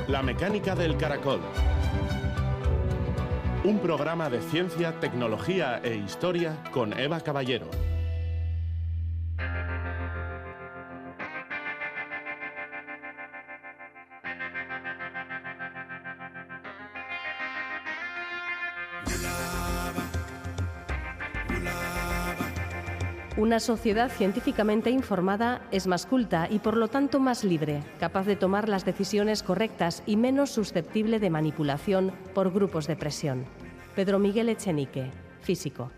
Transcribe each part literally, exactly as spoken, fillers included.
La mecánica del caracol. Un programa de ciencia, tecnología e historia con Eva Caballero. Una sociedad científicamente informada es más culta y por lo tanto más libre, capaz de tomar las decisiones correctas y menos susceptible de manipulación por grupos de presión. Pedro Miguel Echenique, físico.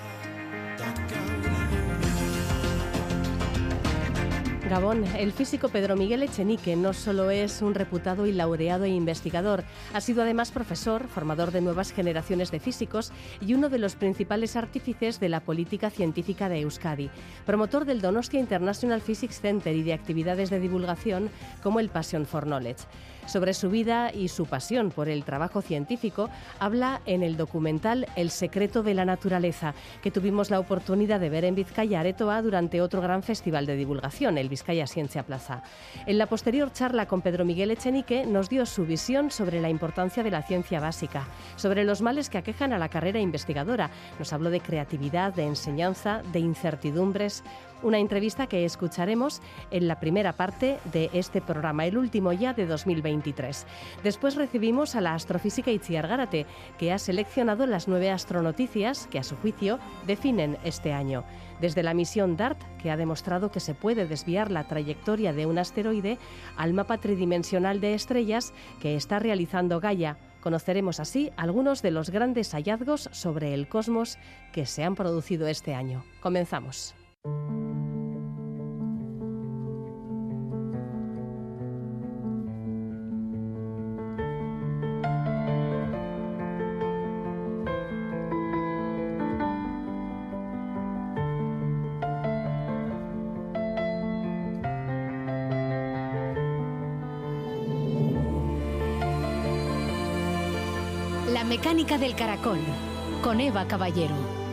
Gabón, el físico Pedro Miguel Echenique no solo es un reputado y laureado investigador, ha sido además profesor, formador de nuevas generaciones de físicos y uno de los principales artífices de la política científica de Euskadi, promotor del Donostia International Physics Center y de actividades de divulgación como el Passion for Knowledge. Sobre su vida y su pasión por el trabajo científico habla en el documental El secreto de la naturaleza, que tuvimos la oportunidad de ver en Bizkaia Aretoa durante otro gran festival de divulgación, el Bizkaia Ciencia Plaza. En la posterior charla con Pedro Miguel Echenique nos dio su visión sobre la importancia de la ciencia básica, sobre los males que aquejan a la carrera investigadora. Nos habló de creatividad, de enseñanza, de incertidumbres. Una entrevista que escucharemos en la primera parte de este programa, el último ya de dos mil veintitrés. Después recibimos a la astrofísica Itziar Gárate, que ha seleccionado las nueve astronoticias que, a su juicio, definen este año. Desde la misión DART, que ha demostrado que se puede desviar la trayectoria de un asteroide, al mapa tridimensional de estrellas que está realizando Gaia. Conoceremos así algunos de los grandes hallazgos sobre el cosmos que se han producido este año. Comenzamos. La mecánica del caracol, con Eva Caballero.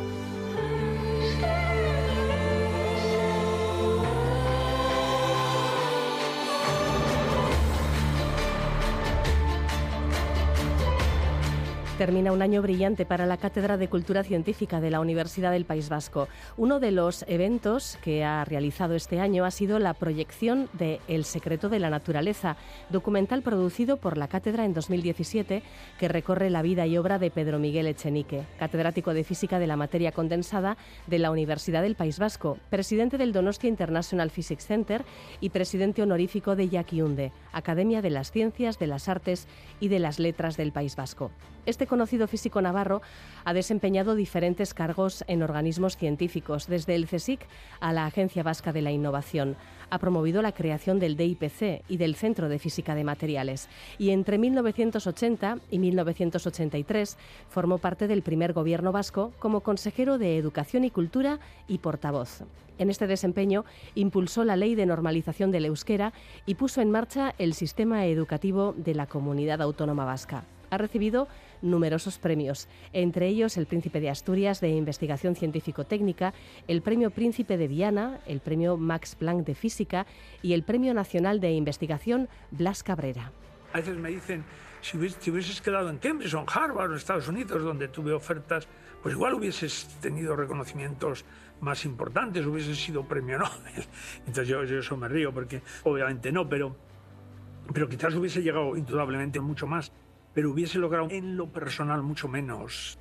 Termina un año brillante para la Cátedra de Cultura Científica de la Universidad del País Vasco. Uno de los eventos que ha realizado este año ha sido la proyección de El secreto de la naturaleza, documental producido por la Cátedra en dos mil diecisiete, que recorre la vida y obra de Pedro Miguel Echenique, catedrático de Física de la Materia Condensada de la Universidad del País Vasco, presidente del Donostia International Physics Center y presidente honorífico de Jakiunde, Academia de las Ciencias, de las Artes y de las Letras del País Vasco. Este conocido físico navarro ha desempeñado diferentes cargos en organismos científicos, desde el CSIC a la Agencia Vasca de la Innovación. Ha promovido la creación del D I P C y del Centro de Física de Materiales. Y entre mil novecientos ochenta y mil novecientos ochenta y tres formó parte del primer gobierno vasco como consejero de Educación y Cultura y portavoz. En este desempeño impulsó la Ley de Normalización del Euskera y puso en marcha el sistema educativo de la Comunidad Autónoma Vasca. Ha recibido numerosos premios, entre ellos el Príncipe de Asturias de Investigación Científico-Técnica, el Premio Príncipe de Viana, el Premio Max Planck de Física y el Premio Nacional de Investigación Blas Cabrera. A veces me dicen, si hubieses, si hubieses quedado en Cambridge o en Harvard o en Estados Unidos, donde tuve ofertas, pues igual hubieses tenido reconocimientos más importantes, hubieses sido premio Nobel. Entonces yo, yo eso me río, porque obviamente no, pero, pero quizás hubiese llegado indudablemente mucho más. Pero hubiese logrado en lo personal mucho menos.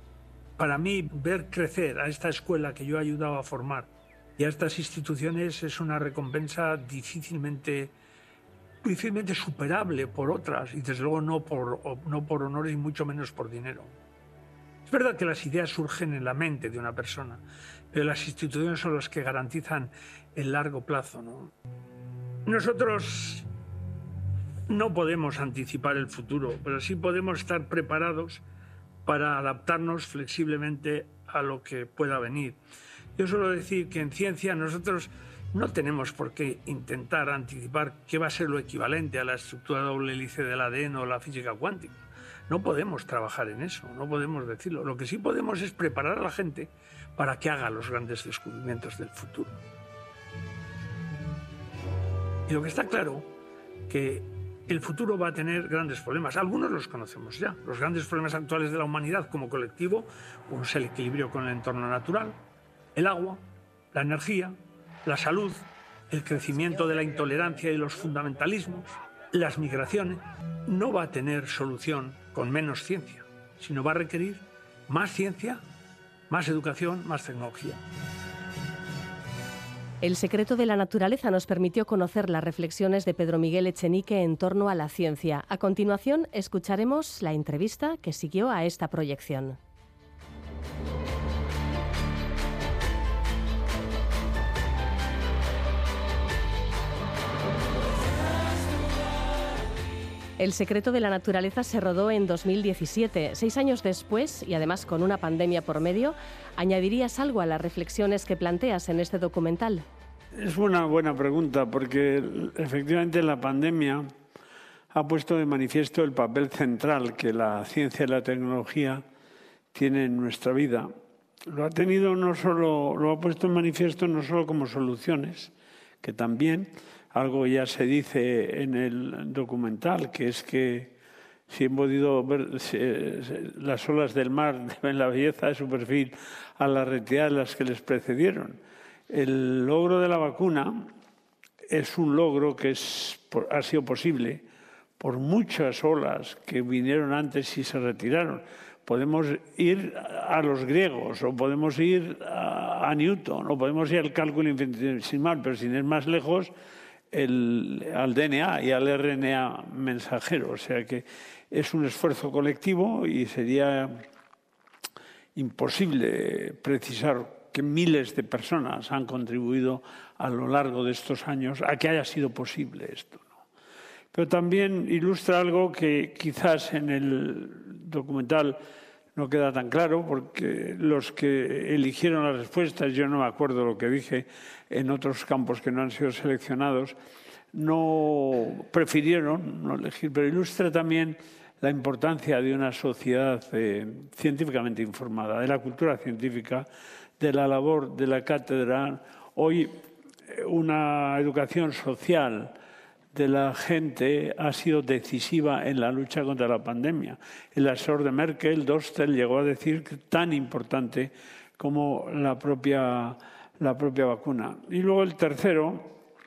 Para mí, ver crecer a esta escuela que yo he ayudado a formar y a estas instituciones es una recompensa difícilmente, difícilmente superable por otras, y desde luego no por, no por honores y mucho menos por dinero. Es verdad que las ideas surgen en la mente de una persona, pero las instituciones son las que garantizan el largo plazo, ¿no? Nosotros no podemos anticipar el futuro, pero sí podemos estar preparados para adaptarnos flexiblemente a lo que pueda venir. Yo suelo decir que en ciencia nosotros no tenemos por qué intentar anticipar qué va a ser lo equivalente a la estructura doble hélice del A D N o la física cuántica. No podemos trabajar en eso, no podemos decirlo. Lo que sí podemos es preparar a la gente para que haga los grandes descubrimientos del futuro. Y lo que está claro que el futuro va a tener grandes problemas. Algunos los conocemos ya. Los grandes problemas actuales de la humanidad como colectivo, uno es el equilibrio con el entorno natural, el agua, la energía, la salud, el crecimiento de la intolerancia y los fundamentalismos, las migraciones. No va a tener solución con menos ciencia, sino va a requerir más ciencia, más educación, más tecnología. El secreto de la naturaleza nos permitió conocer las reflexiones de Pedro Miguel Echenique en torno a la ciencia. A continuación, escucharemos la entrevista que siguió a esta proyección. El secreto de la naturaleza se rodó en dos mil diecisiete. Seis años después, y además con una pandemia por medio, ¿añadirías algo a las reflexiones que planteas en este documental? Es una buena pregunta, porque efectivamente la pandemia ha puesto de manifiesto el papel central que la ciencia y la tecnología tienen en nuestra vida. Lo ha tenido no solo, lo ha puesto en manifiesto no solo como soluciones, que también algo ya se dice en el documental, que es que si hemos podido ver se, se, las olas del mar deben la belleza de su perfil a la retirada de las que les precedieron. El logro de la vacuna es un logro que es, ha sido posible por muchas olas que vinieron antes y se retiraron. Podemos ir a los griegos, o podemos ir a, a Newton, o podemos ir al cálculo infinitesimal, pero sin ir más lejos, El, al D N A y al R N A mensajero. O sea que es un esfuerzo colectivo y sería imposible precisar que miles de personas han contribuido a lo largo de estos años a que haya sido posible esto, ¿no? Pero también ilustra algo que quizás en el documental no queda tan claro, porque los que eligieron las respuestas, yo no me acuerdo lo que dije en otros campos que no han sido seleccionados, no prefirieron no elegir, pero ilustra también la importancia de una sociedad eh, científicamente informada, de la cultura científica, de la labor de la cátedra. Hoy una educación social de la gente ha sido decisiva en la lucha contra la pandemia. El asesor de Merkel, Dostel, llegó a decir que tan importante como la propia, la propia vacuna. Y luego el tercero,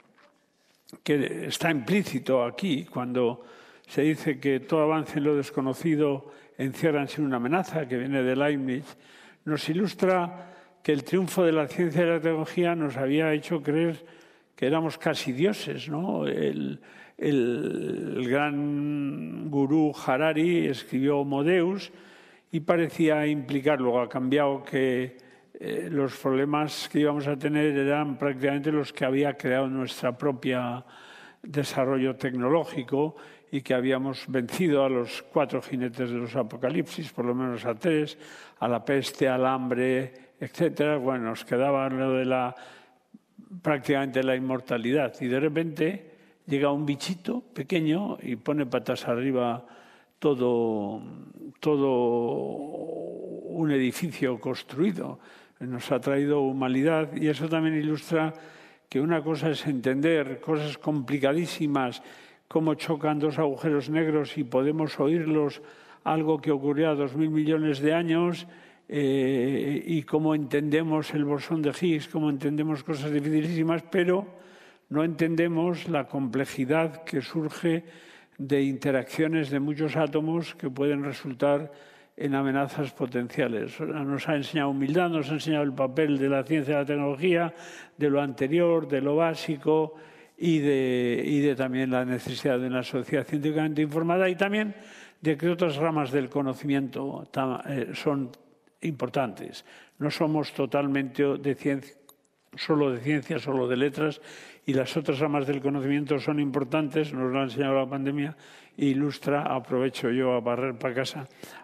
que está implícito aquí, cuando se dice que todo avance en lo desconocido encierra en sí una amenaza, que viene de Leibniz, nos ilustra que el triunfo de la ciencia y la tecnología nos había hecho creer que éramos casi dioses, ¿no? El, el, el gran gurú Harari escribió Homo Deus y parecía implicar, luego ha cambiado, que eh, los problemas que íbamos a tener eran prácticamente los que había creado nuestro propio desarrollo tecnológico y que habíamos vencido a los cuatro jinetes de los apocalipsis, por lo menos a tres, a la peste, al hambre, etcétera. Bueno, nos quedaba lo de la prácticamente la inmortalidad, y de repente llega un bichito pequeño y pone patas arriba todo, todo un edificio construido. Nos ha traído humanidad, y eso también ilustra que una cosa es entender cosas complicadísimas, cómo chocan dos agujeros negros y podemos oírlos, algo que ocurrió a dos mil millones de años, Eh, y cómo entendemos el bosón de Higgs, cómo entendemos cosas dificilísimas, pero no entendemos la complejidad que surge de interacciones de muchos átomos que pueden resultar en amenazas potenciales. Nos ha enseñado humildad, nos ha enseñado el papel de la ciencia y la tecnología, de lo anterior, de lo básico y de, y de también la necesidad de una sociedad científicamente informada, y también de que otras ramas del conocimiento son importantes. No somos totalmente de ciencia, solo de ciencia, solo de letras, y las otras ramas del conocimiento son importantes, nos lo ha enseñado la pandemia, e ilustra, aprovecho yo a barrer para casa,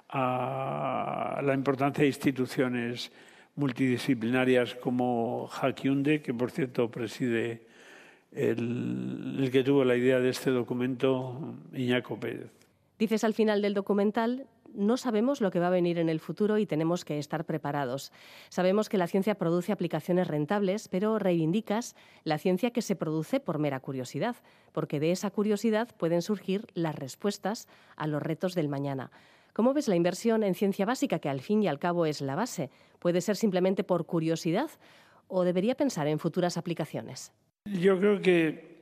a la importancia de instituciones multidisciplinarias como Jaquiunde, que por cierto preside el, el que tuvo la idea de este documento, Iñaco Pérez. Dices al final del documental no sabemos lo que va a venir en el futuro y tenemos que estar preparados. Sabemos que la ciencia produce aplicaciones rentables, pero reivindicas la ciencia que se produce por mera curiosidad, porque de esa curiosidad pueden surgir las respuestas a los retos del mañana. ¿Cómo ves la inversión en ciencia básica, que al fin y al cabo es la base? ¿Puede ser simplemente por curiosidad o debería pensar en futuras aplicaciones? Yo creo que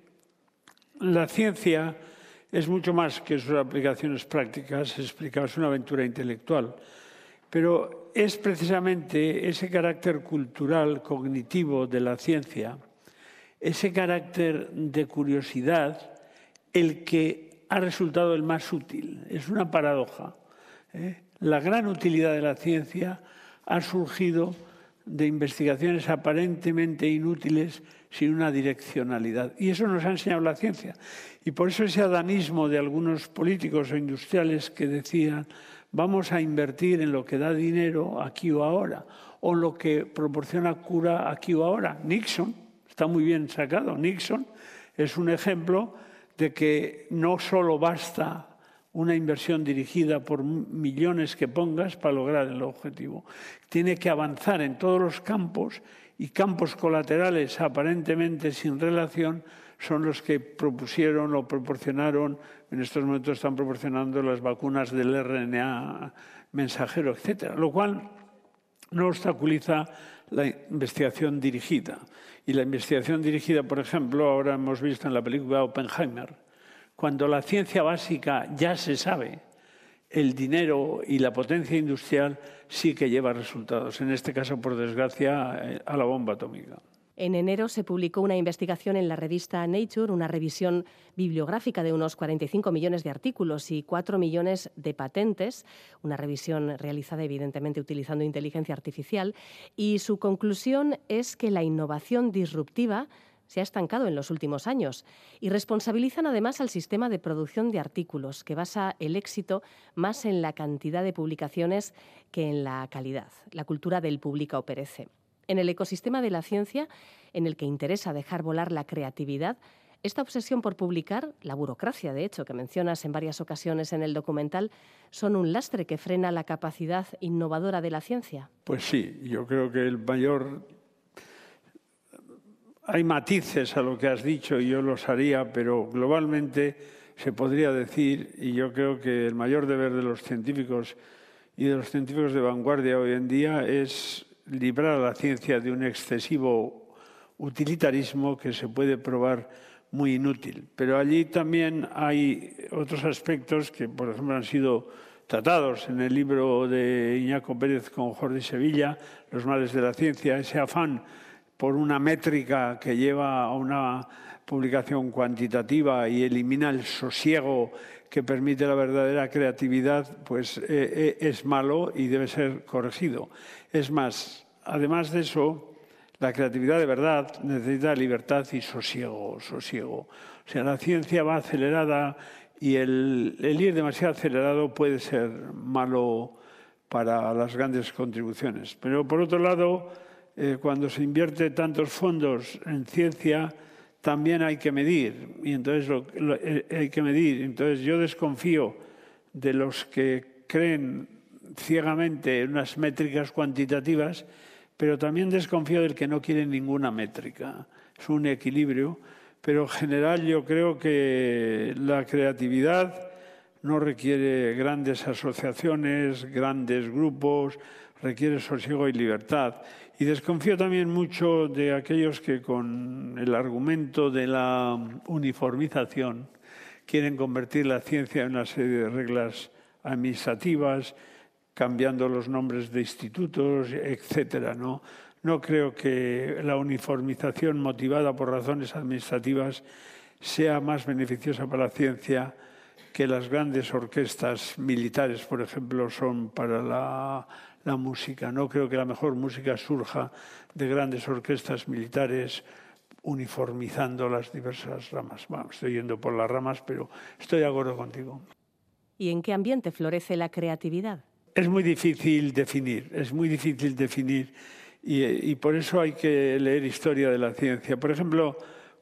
la ciencia es mucho más que sus aplicaciones prácticas, es una aventura intelectual, pero es precisamente ese carácter cultural, cognitivo de la ciencia, ese carácter de curiosidad, el que ha resultado el más útil. Es una paradoja. ¿eh? La gran utilidad de la ciencia ha surgido de investigaciones aparentemente inútiles sin una direccionalidad. Y eso nos ha enseñado la ciencia. Y por eso ese adanismo de algunos políticos o industriales que decían vamos a invertir en lo que da dinero aquí o ahora, o lo que proporciona cura aquí o ahora. Nixon, está muy bien sacado, Nixon es un ejemplo de que no solo basta una inversión dirigida por millones que pongas para lograr el objetivo. Tiene que avanzar en todos los campos y campos colaterales aparentemente sin relación son los que propusieron o proporcionaron, en estos momentos están proporcionando las vacunas del R N A mensajero, etcétera, lo cual no obstaculiza la investigación dirigida. Y la investigación dirigida, por ejemplo, ahora hemos visto en la película Oppenheimer, cuando la ciencia básica ya se sabe, el dinero y la potencia industrial sí que lleva resultados. En este caso, por desgracia, a la bomba atómica. En enero se publicó una investigación en la revista Nature, una revisión bibliográfica de unos cuarenta y cinco millones de artículos y cuatro millones de patentes, una revisión realizada evidentemente utilizando inteligencia artificial, y su conclusión es que la innovación disruptiva se ha estancado en los últimos años y responsabilizan además al sistema de producción de artículos, que basa el éxito más en la cantidad de publicaciones que en la calidad. La cultura del publica o perece. En el ecosistema de la ciencia, en el que interesa dejar volar la creatividad, esta obsesión por publicar, la burocracia, de hecho, que mencionas en varias ocasiones en el documental, son un lastre que frena la capacidad innovadora de la ciencia. Pues sí, yo creo que el mayor... Hay matices a lo que has dicho y yo los haría, pero globalmente se podría decir, y yo creo que el mayor deber de los científicos y de los científicos de vanguardia hoy en día es librar a la ciencia de un excesivo utilitarismo que se puede probar muy inútil. Pero allí también hay otros aspectos que, por ejemplo, han sido tratados en el libro de Iñaco Pérez con Jordi Sevilla, Los males de la ciencia, ese afán por una métrica que lleva a una publicación cuantitativa y elimina el sosiego que permite la verdadera creatividad, pues eh, es malo y debe ser corregido. Es más, además de eso, la creatividad de verdad necesita libertad y sosiego, sosiego. O sea, la ciencia va acelerada y el, el ir demasiado acelerado puede ser malo para las grandes contribuciones. Pero, por otro lado, eh, cuando se invierte tantos fondos en ciencia, también hay que medir. Y entonces lo, lo, eh, hay que medir. Entonces yo desconfío de los que creen ciegamente en unas métricas cuantitativas, pero también desconfío del que no quiere ninguna métrica. Es un equilibrio, pero en general yo creo que la creatividad no requiere grandes asociaciones, grandes grupos, requiere sosiego y libertad. Y desconfío también mucho de aquellos que con el argumento de la uniformización quieren convertir la ciencia en una serie de reglas administrativas, cambiando los nombres de institutos, etcétera, ¿no? No creo que la uniformización motivada por razones administrativas sea más beneficiosa para la ciencia que las grandes orquestas militares, por ejemplo, son para la, la música. No creo que la mejor música surja de grandes orquestas militares uniformizando las diversas ramas. Bueno, estoy yendo por las ramas, pero estoy de acuerdo contigo. ¿Y en qué ambiente florece la creatividad? Es muy difícil definir, es muy difícil definir y, y por eso hay que leer historia de la ciencia. Por ejemplo,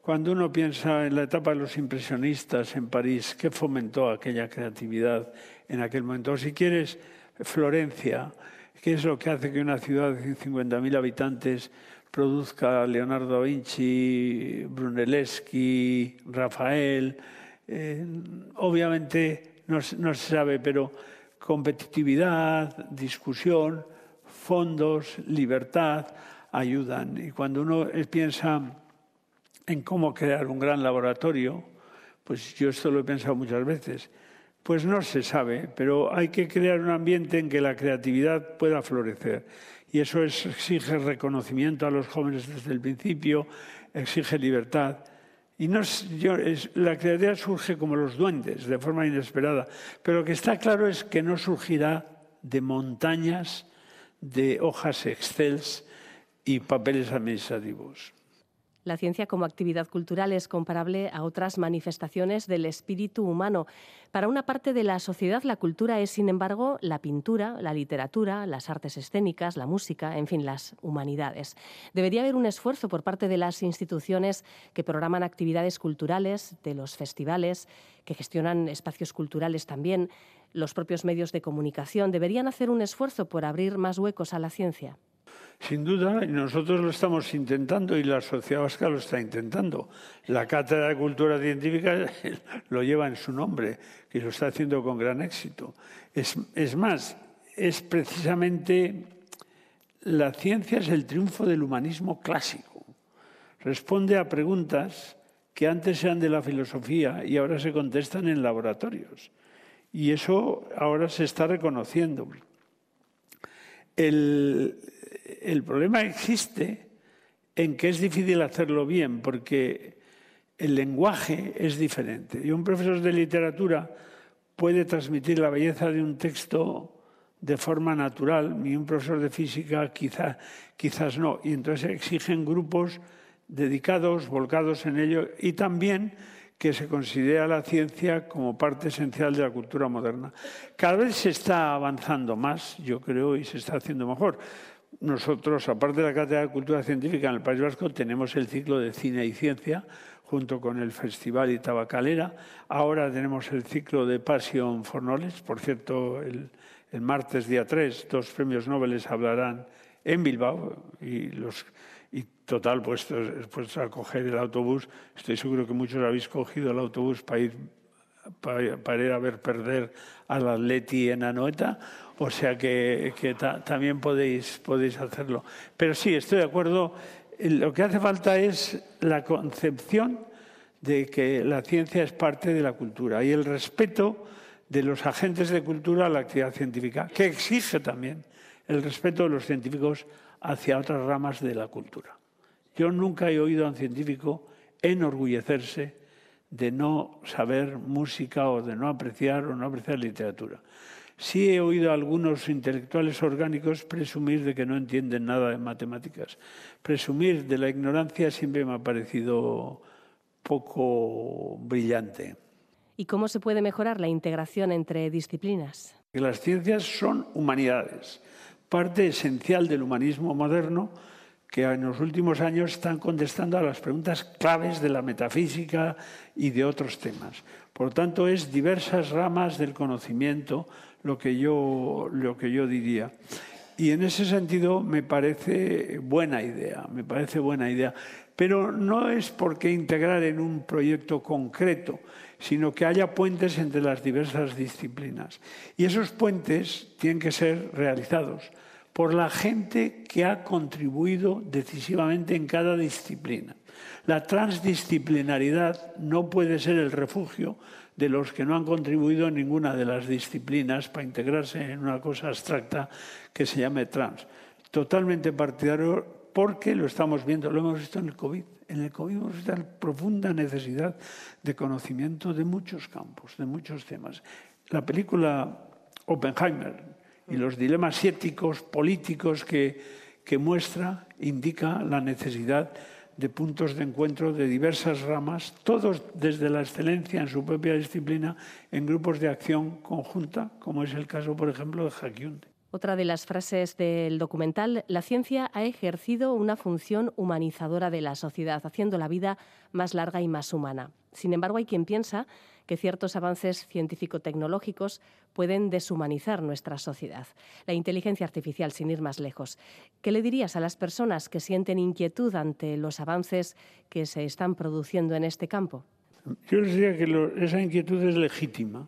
cuando uno piensa en la etapa de los impresionistas en París, ¿qué fomentó aquella creatividad en aquel momento? O si quieres, Florencia, ¿qué es lo que hace que una ciudad de cincuenta mil habitantes produzca Leonardo da Vinci, Brunelleschi, Rafael? Eh, obviamente no, no se sabe, pero competitividad, discusión, fondos, libertad ayudan. Y cuando uno piensa en cómo crear un gran laboratorio, pues yo esto lo he pensado muchas veces, pues no se sabe, pero hay que crear un ambiente en que la creatividad pueda florecer. Y eso es, exige reconocimiento a los jóvenes desde el principio, exige libertad. Y no es, yo, es, la creatividad surge como los duendes, de forma inesperada. Pero lo que está claro es que no surgirá de montañas de hojas Excels y papeles administrativos. La ciencia como actividad cultural es comparable a otras manifestaciones del espíritu humano. Para una parte de la sociedad, la cultura es, sin embargo, la pintura, la literatura, las artes escénicas, la música, en fin, las humanidades. Debería haber un esfuerzo por parte de las instituciones que programan actividades culturales, de los festivales, que gestionan espacios culturales también, los propios medios de comunicación. ¿Deberían hacer un esfuerzo por abrir más huecos a la ciencia? Sin duda, y nosotros lo estamos intentando y la sociedad vasca lo está intentando. La Cátedra de Cultura Científica lo lleva en su nombre y lo está haciendo con gran éxito. Es, es más, es precisamente la ciencia es el triunfo del humanismo clásico. Responde a preguntas que antes eran de la filosofía y ahora se contestan en laboratorios. Y eso ahora se está reconociendo. El, el problema existe en que es difícil hacerlo bien, porque el lenguaje es diferente. Y un profesor de literatura puede transmitir la belleza de un texto de forma natural, y un profesor de física quizá, quizás no. Y entonces exigen grupos dedicados, volcados en ello, y también que se considera la ciencia como parte esencial de la cultura moderna. Cada vez se está avanzando más, yo creo, y se está haciendo mejor. Nosotros, aparte de la Cátedra de Cultura Científica en el País Vasco, tenemos el ciclo de Cine y Ciencia, junto con el Festival y Tabacalera. Ahora tenemos el ciclo de Passion for Knowledge. Por cierto, el, el martes día tres, dos premios Nobel hablarán en Bilbao y los... Y total, puestos, puestos a coger el autobús, estoy seguro que muchos habéis cogido el autobús para ir, para, para ir a ver perder al Atleti en Anoeta, o sea que, que ta, también podéis, podéis hacerlo. Pero sí, estoy de acuerdo, lo que hace falta es la concepción de que la ciencia es parte de la cultura y el respeto de los agentes de cultura a la actividad científica, que exige también el respeto de los científicos hacia otras ramas de la cultura. Yo nunca he oído a un científico enorgullecerse de no saber música o de no apreciar o no apreciar literatura. Sí he oído a algunos intelectuales orgánicos presumir de que no entienden nada de matemáticas. Presumir de la ignorancia siempre me ha parecido poco brillante. ¿Y cómo se puede mejorar la integración entre disciplinas? Las ciencias son humanidades, parte esencial del humanismo moderno, que en los últimos años están contestando a las preguntas claves de la metafísica y de otros temas. Por tanto, es diversas ramas del conocimiento lo que yo, lo que yo diría. Y en ese sentido me parece buena idea, me parece buena idea. Pero no es por qué integrar en un proyecto concreto, sino que haya puentes entre las diversas disciplinas. Y esos puentes tienen que ser realizados por la gente que ha contribuido decisivamente en cada disciplina. La transdisciplinaridad no puede ser el refugio de los que no han contribuido en ninguna de las disciplinas para integrarse en una cosa abstracta que se llame trans. Totalmente partidario, porque lo estamos viendo, lo hemos visto en el COVID. En el COVID hemos visto la profunda necesidad de conocimiento de muchos campos, de muchos temas. La película Oppenheimer y los dilemas éticos, políticos que, que muestra, indica la necesidad de puntos de encuentro de diversas ramas, todos desde la excelencia en su propia disciplina, en grupos de acción conjunta, como es el caso, por ejemplo, de Hyundai. Otra de las frases del documental, la ciencia ha ejercido una función humanizadora de la sociedad, haciendo la vida más larga y más humana. Sin embargo, hay quien piensa que ciertos avances científico-tecnológicos pueden deshumanizar nuestra sociedad. La inteligencia artificial, sin ir más lejos. ¿Qué le dirías a las personas que sienten inquietud ante los avances que se están produciendo en este campo? Yo les diría que lo, esa inquietud es legítima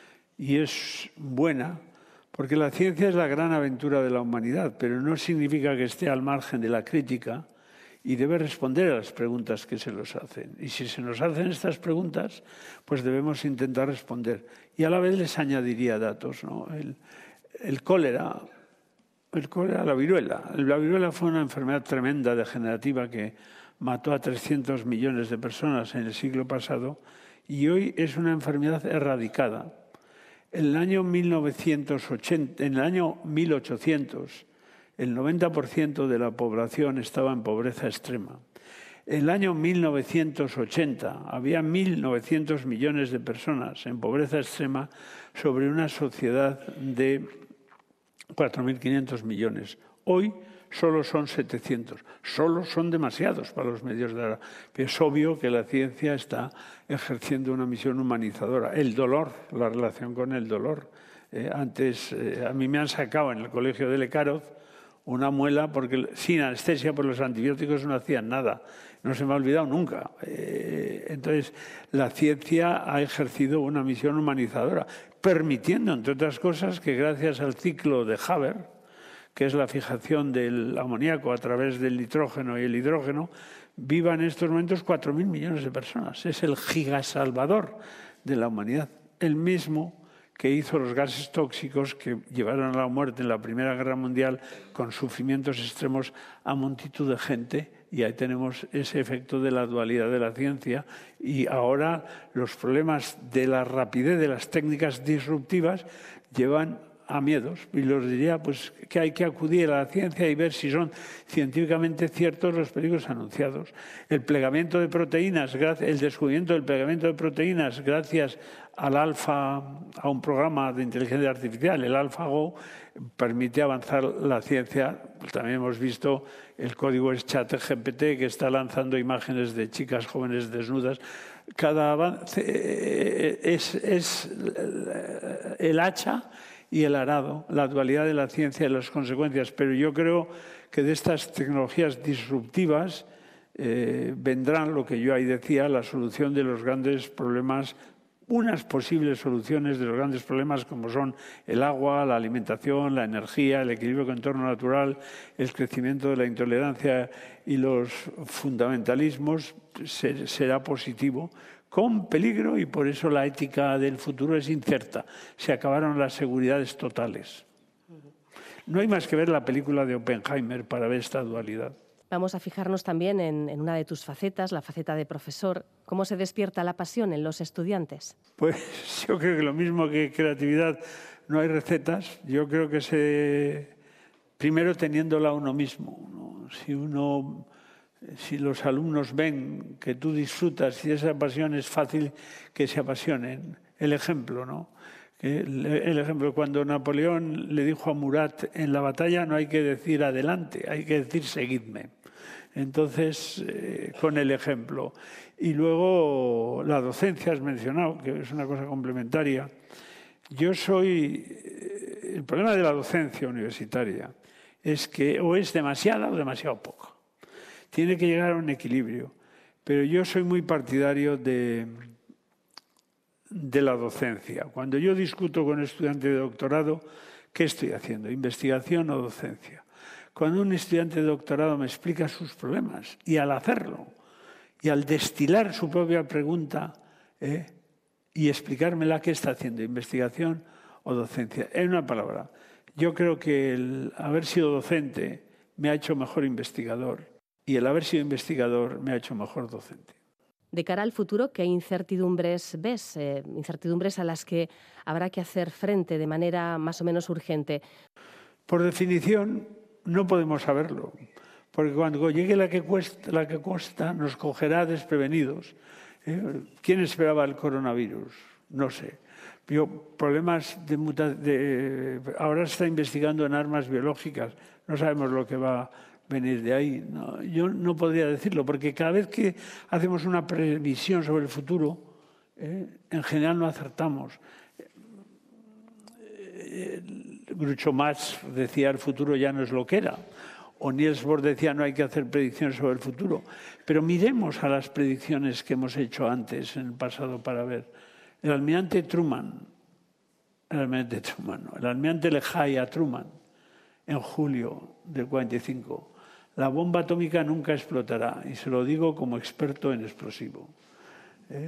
y es buena, porque la ciencia es la gran aventura de la humanidad, pero no significa que esté al margen de la crítica y debe responder a las preguntas que se nos hacen. Y si se nos hacen estas preguntas, pues debemos intentar responder. Y a la vez les añadiría datos, ¿no? El, el cólera, el cólera, la viruela. La viruela fue una enfermedad tremenda, degenerativa, que mató a trescientos millones de personas en el siglo pasado y hoy es una enfermedad erradicada. En el año mil novecientos ochenta, en el año mil ochocientos, el noventa por ciento de la población estaba en pobreza extrema. En el año mil novecientos ochenta había mil novecientos millones de personas en pobreza extrema sobre una sociedad de cuatro mil quinientos millones. Hoy solo son setecientos. Solo son demasiados para los medios de ahora. Pero es obvio que la ciencia está ejerciendo una misión humanizadora. El dolor, la relación con el dolor. Eh, antes, eh, a mí me han sacado en el colegio de Lecaroz una muela porque sin anestesia por los antibióticos no hacían nada. No se me ha olvidado nunca. Eh, entonces, la ciencia ha ejercido una misión humanizadora, permitiendo, entre otras cosas, que gracias al ciclo de Haber, que es la fijación del amoníaco a través del nitrógeno y el hidrógeno, vivan en estos momentos cuatro mil millones de personas. Es el gigasalvador de la humanidad. El mismo que hizo los gases tóxicos que llevaron a la muerte en la Primera Guerra Mundial con sufrimientos extremos a multitud de gente. Y ahí tenemos ese efecto de la dualidad de la ciencia. Y ahora los problemas de la rapidez de las técnicas disruptivas llevan a miedos, y los diría pues que hay que acudir a la ciencia y ver si son científicamente ciertos los peligros anunciados. El plegamiento de proteínas, el descubrimiento del plegamiento de proteínas gracias al alfa, a un programa de inteligencia artificial, el AlphaGo, permite avanzar la ciencia. También hemos visto el código es ChatGPT, que está lanzando imágenes de chicas jóvenes desnudas. Cada avance es, es el hacha y el arado, la dualidad de la ciencia y las consecuencias. Pero yo creo que de estas tecnologías disruptivas eh, vendrán, lo que yo ahí decía, la solución de los grandes problemas, unas posibles soluciones de los grandes problemas como son el agua, la alimentación, la energía, el equilibrio con el entorno natural, el crecimiento de la intolerancia y los fundamentalismos, ser, será positivo, con peligro, y por eso la ética del futuro es incierta. Se acabaron las seguridades totales. No hay más que ver la película de Oppenheimer para ver esta dualidad. Vamos a fijarnos también en, en una de tus facetas, la faceta de profesor. ¿Cómo se despierta la pasión en los estudiantes? Pues yo creo que lo mismo que creatividad, no hay recetas. Yo creo que se primero teniéndola uno mismo, ¿no? Si uno... Si los alumnos ven que tú disfrutas y esa pasión, es fácil que se apasionen. El ejemplo, ¿no? El, el ejemplo, cuando Napoleón le dijo a Murat, en la batalla no hay que decir adelante, hay que decir seguidme. Entonces, eh, con el ejemplo. Y luego la docencia, has mencionado, que es una cosa complementaria. Yo soy... El problema de la docencia universitaria es que o es demasiada o demasiado poco. Tiene que llegar a un equilibrio. Pero yo soy muy partidario de, de la docencia. Cuando yo discuto con estudiantes de doctorado, ¿qué estoy haciendo? ¿Investigación o docencia? Cuando un estudiante de doctorado me explica sus problemas, y al hacerlo, y al destilar su propia pregunta, ¿eh? y explicármela, ¿qué está haciendo? ¿Investigación o docencia? En una palabra, yo creo que el haber sido docente me ha hecho mejor investigador. Y el haber sido investigador me ha hecho mejor docente. De cara al futuro, ¿qué incertidumbres ves? Eh, incertidumbres a las que habrá que hacer frente de manera más o menos urgente. Por definición, no podemos saberlo. Porque cuando llegue la que cuesta, la que cuesta nos cogerá desprevenidos. ¿Eh? ¿Quién esperaba el coronavirus? No sé. Yo, problemas de, muta de ahora se está investigando en armas biológicas. No sabemos lo que va a venir de ahí. No, yo no podría decirlo, porque cada vez que hacemos una previsión sobre el futuro, eh, en general no acertamos. Eh, Groucho Marx decía el futuro ya no es lo que era. O Niels Bohr decía no hay que hacer predicciones sobre el futuro. Pero miremos a las predicciones que hemos hecho antes en el pasado para ver. El almirante Truman, el almirante Truman, no, el almirante Lehigh a Truman, en julio del cuarenta y cinco, la bomba atómica nunca explotará, y se lo digo como experto en explosivo. ¿Eh?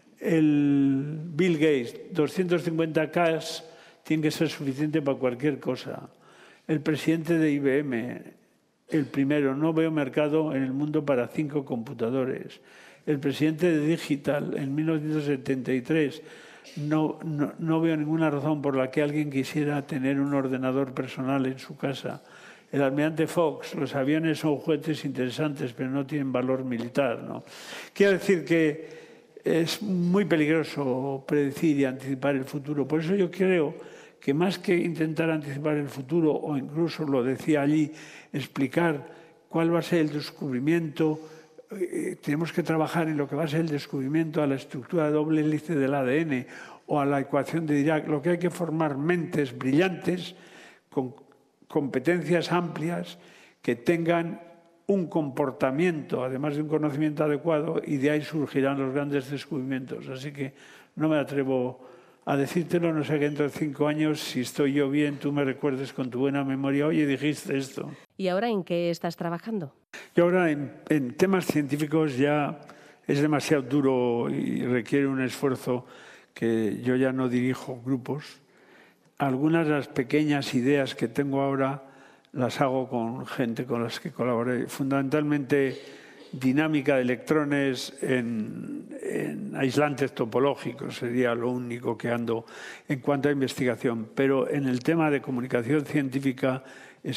El Bill Gates, doscientos cincuenta K tiene que ser suficiente para cualquier cosa. El presidente de I B M, el primero, no veo mercado en el mundo para cinco computadores. El presidente de Digital, en mil novecientos setenta y tres, no, no, no veo ninguna razón por la que alguien quisiera tener un ordenador personal en su casa. El almirante Fox, los aviones son juguetes interesantes, pero no tienen valor militar, ¿no? Quiero decir que es muy peligroso predecir y anticipar el futuro. Por eso yo creo que más que intentar anticipar el futuro, o incluso, lo decía allí, explicar cuál va a ser el descubrimiento, eh, tenemos que trabajar en lo que va a ser el descubrimiento a la estructura de doble hélice del A D N o a la ecuación de Dirac. Lo que hay que formar mentes brillantes con competencias amplias que tengan un comportamiento, además de un conocimiento adecuado, y de ahí surgirán los grandes descubrimientos. Así que no me atrevo a decírtelo, no sé que dentro de cinco años, si estoy yo bien, tú me recuerdes con tu buena memoria, oye, dijiste esto. ¿Y ahora en qué estás trabajando? Yo ahora en, en temas científicos ya es demasiado duro y requiere un esfuerzo que yo ya no dirijo grupos. Algunas de las pequeñas ideas que tengo ahora las hago con gente con las que colaboré, fundamentalmente dinámica de electrones en, en aislantes topológicos, sería lo único que ando en cuanto a investigación. Pero en el tema de comunicación científica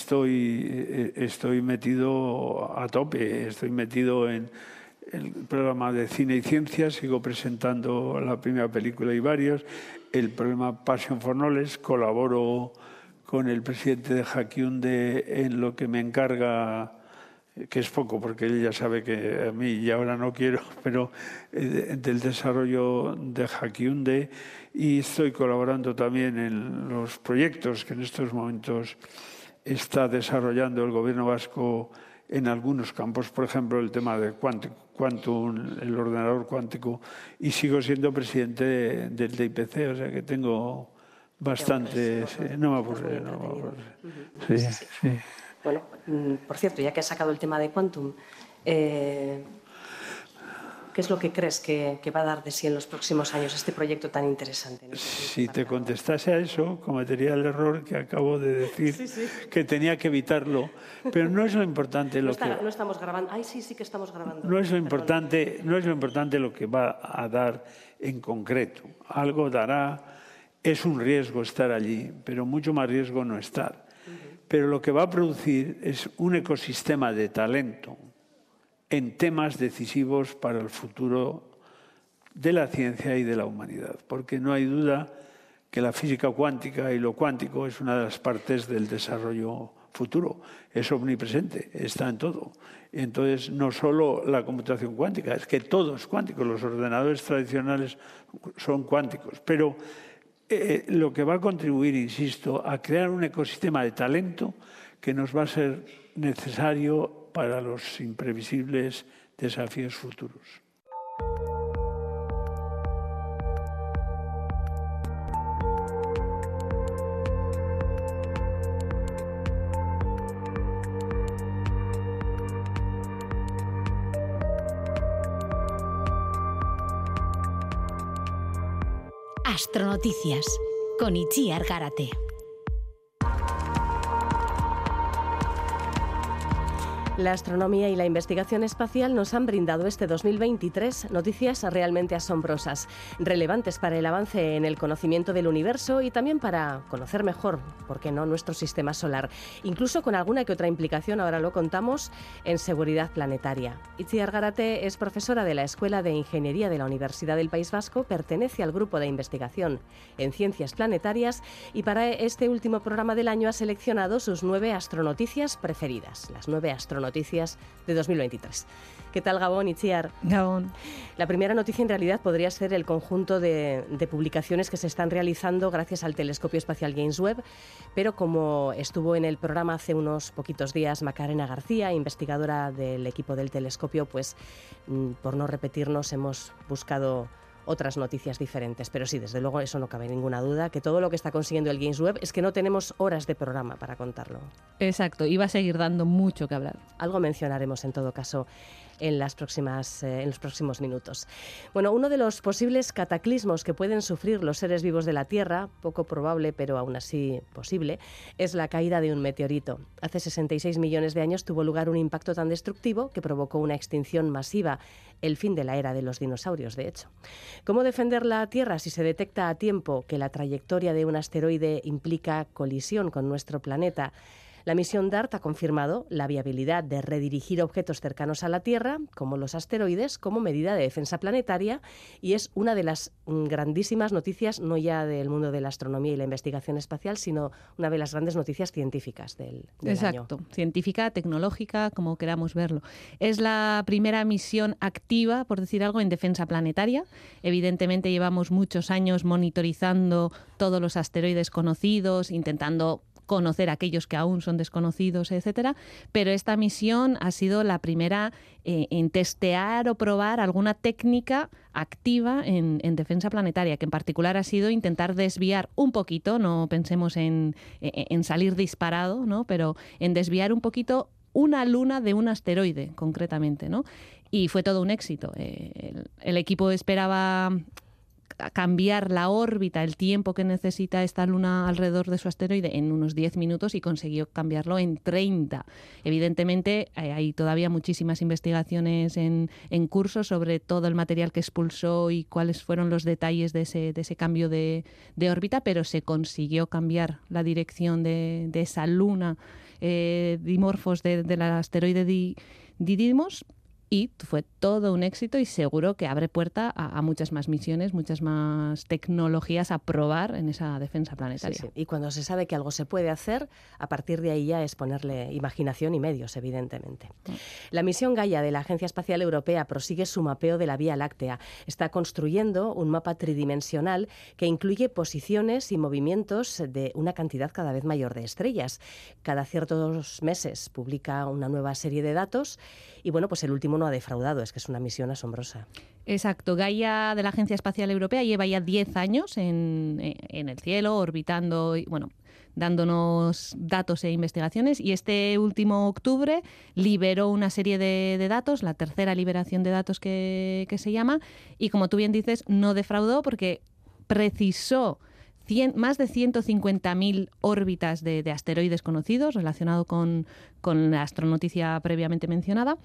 estoy, estoy metido a tope, estoy metido en el programa de cine y ciencia, sigo presentando la primera película y varios, el programa Passion for Knowledge, colaboro con el presidente de Hackiunde en lo que me encarga, que es poco porque él ya sabe que a mí y ahora no quiero, pero eh, del desarrollo de Hackiunde, y estoy colaborando también en los proyectos que en estos momentos está desarrollando el gobierno vasco en algunos campos, por ejemplo el tema de quantum, el ordenador cuántico, y sigo siendo presidente de, del D I P C, o sea que tengo bastante... Sí, no me aburre, no me aburre. Sí, sí, sí. Bueno, por cierto, ya que has sacado el tema de Quantum, eh, ¿qué es lo que crees que, que va a dar de sí en los próximos años este proyecto tan interesante? Si te contestase a eso, cometería el error que acabo de decir, sí, sí. que tenía que evitarlo. Pero no es lo importante lo no está, que... No estamos grabando. Ay, sí, sí que estamos grabando. No es lo importante, no es lo importante lo que va a dar en concreto. Algo dará, es un riesgo estar allí, pero mucho más riesgo no estar. Pero lo que va a producir es un ecosistema de talento en temas decisivos para el futuro de la ciencia y de la humanidad. Porque no hay duda que la física cuántica y lo cuántico es una de las partes del desarrollo futuro. Es omnipresente, está en todo. Entonces, no solo la computación cuántica, es que todo es cuántico. Los ordenadores tradicionales son cuánticos. Pero Eh, lo que va a contribuir, insisto, a crear un ecosistema de talento que nos va a ser necesario para los imprevisibles desafíos futuros. Astronoticias con Itziar Gárate. La astronomía y la investigación espacial nos han brindado este dos mil veintitrés noticias realmente asombrosas, relevantes para el avance en el conocimiento del universo y también para conocer mejor, ¿por qué no?, nuestro sistema solar, incluso con alguna que otra implicación, ahora lo contamos, en seguridad planetaria. Itziar Garate es profesora de la Escuela de Ingeniería de la Universidad del País Vasco, pertenece al grupo de investigación en ciencias planetarias y para este último programa del año ha seleccionado sus nueve astronoticias preferidas, las nueve astronoticias Noticias de dos mil veintitrés. ¿Qué tal, Gabón, Itziar? Gabón. La primera noticia en realidad podría ser el conjunto de, de publicaciones que se están realizando gracias al telescopio espacial James Webb, pero como estuvo en el programa hace unos poquitos días Macarena García, investigadora del equipo del telescopio, pues por no repetirnos hemos buscado otras noticias diferentes, pero sí, desde luego eso no cabe ninguna duda, que todo lo que está consiguiendo el James Webb es que no tenemos horas de programa para contarlo. Exacto, y va a seguir dando mucho que hablar. Algo mencionaremos en todo caso en, las próximas, eh, en los próximos minutos. Bueno, uno de los posibles cataclismos que pueden sufrir los seres vivos de la Tierra, poco probable pero aún así posible, es la caída de un meteorito. Hace sesenta y seis millones de años tuvo lugar un impacto tan destructivo que provocó una extinción masiva, el fin de la era de los dinosaurios, de hecho. ¿Cómo defender la Tierra si se detecta a tiempo que la trayectoria de un asteroide implica colisión con nuestro planeta? La misión DART ha confirmado la viabilidad de redirigir objetos cercanos a la Tierra, como los asteroides, como medida de defensa planetaria, y es una de las grandísimas noticias, no ya del mundo de la astronomía y la investigación espacial, sino una de las grandes noticias científicas del, del Exacto, año. Científica, tecnológica, como queramos verlo. Es la primera misión activa, por decir algo, en defensa planetaria. Evidentemente llevamos muchos años monitorizando todos los asteroides conocidos, intentando conocer aquellos que aún son desconocidos, etcétera, pero esta misión ha sido la primera eh, en testear o probar alguna técnica activa en, en defensa planetaria, que en particular ha sido intentar desviar un poquito, no pensemos en, en salir disparado, ¿no?, pero en desviar un poquito una luna de un asteroide, concretamente, ¿no? Y fue todo un éxito. Eh, el, el equipo esperaba cambiar la órbita, el tiempo que necesita esta luna alrededor de su asteroide en unos diez minutos y consiguió cambiarlo en treinta. Evidentemente hay todavía muchísimas investigaciones en, en curso sobre todo el material que expulsó y cuáles fueron los detalles de ese, de ese cambio de, de órbita, pero se consiguió cambiar la dirección de, de esa luna eh, Dimorphos de, del asteroide Di, Didymos. Y fue todo un éxito y seguro que abre puerta a, a muchas más misiones, muchas más tecnologías a probar en esa defensa planetaria. Sí, sí. Y cuando se sabe que algo se puede hacer, a partir de ahí ya es ponerle imaginación y medios, evidentemente. La misión Gaia de la Agencia Espacial Europea prosigue su mapeo de la Vía Láctea. Está construyendo un mapa tridimensional que incluye posiciones y movimientos de una cantidad cada vez mayor de estrellas. Cada ciertos meses publica una nueva serie de datos y, bueno, pues el último no ha defraudado, es que es una misión asombrosa. Exacto. Gaia de la Agencia Espacial Europea lleva ya diez años en, en el cielo, orbitando, y, bueno, dándonos datos e investigaciones, y este último octubre liberó una serie de, de datos, la tercera liberación de datos que, que se llama, y como tú bien dices, no defraudó porque precisó cien, más de ciento cincuenta mil órbitas de, de asteroides conocidos relacionado con, con la astronoticia previamente mencionada.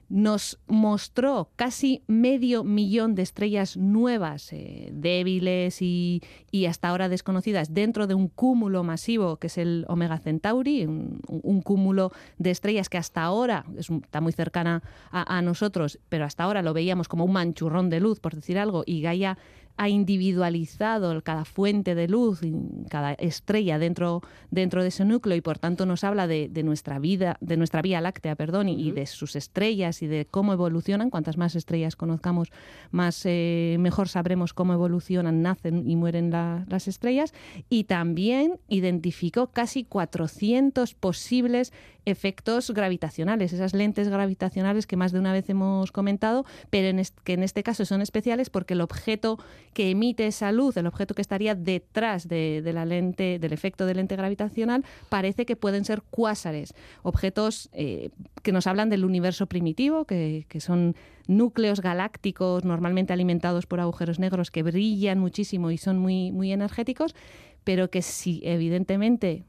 Nos mostró casi medio millón de estrellas nuevas, eh, débiles y, y hasta ahora desconocidas, dentro de un cúmulo masivo que es el Omega Centauri, un, un cúmulo de estrellas que hasta ahora es, está muy cercana a, a nosotros, pero hasta ahora lo veíamos como un manchurrón de luz, por decir algo, y Gaia ha individualizado cada fuente de luz, cada estrella dentro, dentro de ese núcleo, y por tanto nos habla de, de nuestra vida, de nuestra Vía Láctea, perdón, y, y de sus estrellas y de cómo evolucionan. Cuantas más estrellas conozcamos, más eh, mejor sabremos cómo evolucionan, nacen y mueren la, las estrellas. Y también identificó casi cuatrocientos posibles efectos gravitacionales, esas lentes gravitacionales que más de una vez hemos comentado, pero en este, que en este caso son especiales porque el objeto que emite esa luz, el objeto que estaría detrás de, de la lente, del efecto de lente gravitacional, parece que pueden ser cuásares, objetos eh, que nos hablan del universo primitivo, que, que son núcleos galácticos normalmente alimentados por agujeros negros que brillan muchísimo y son muy, muy energéticos, pero que si evidentemente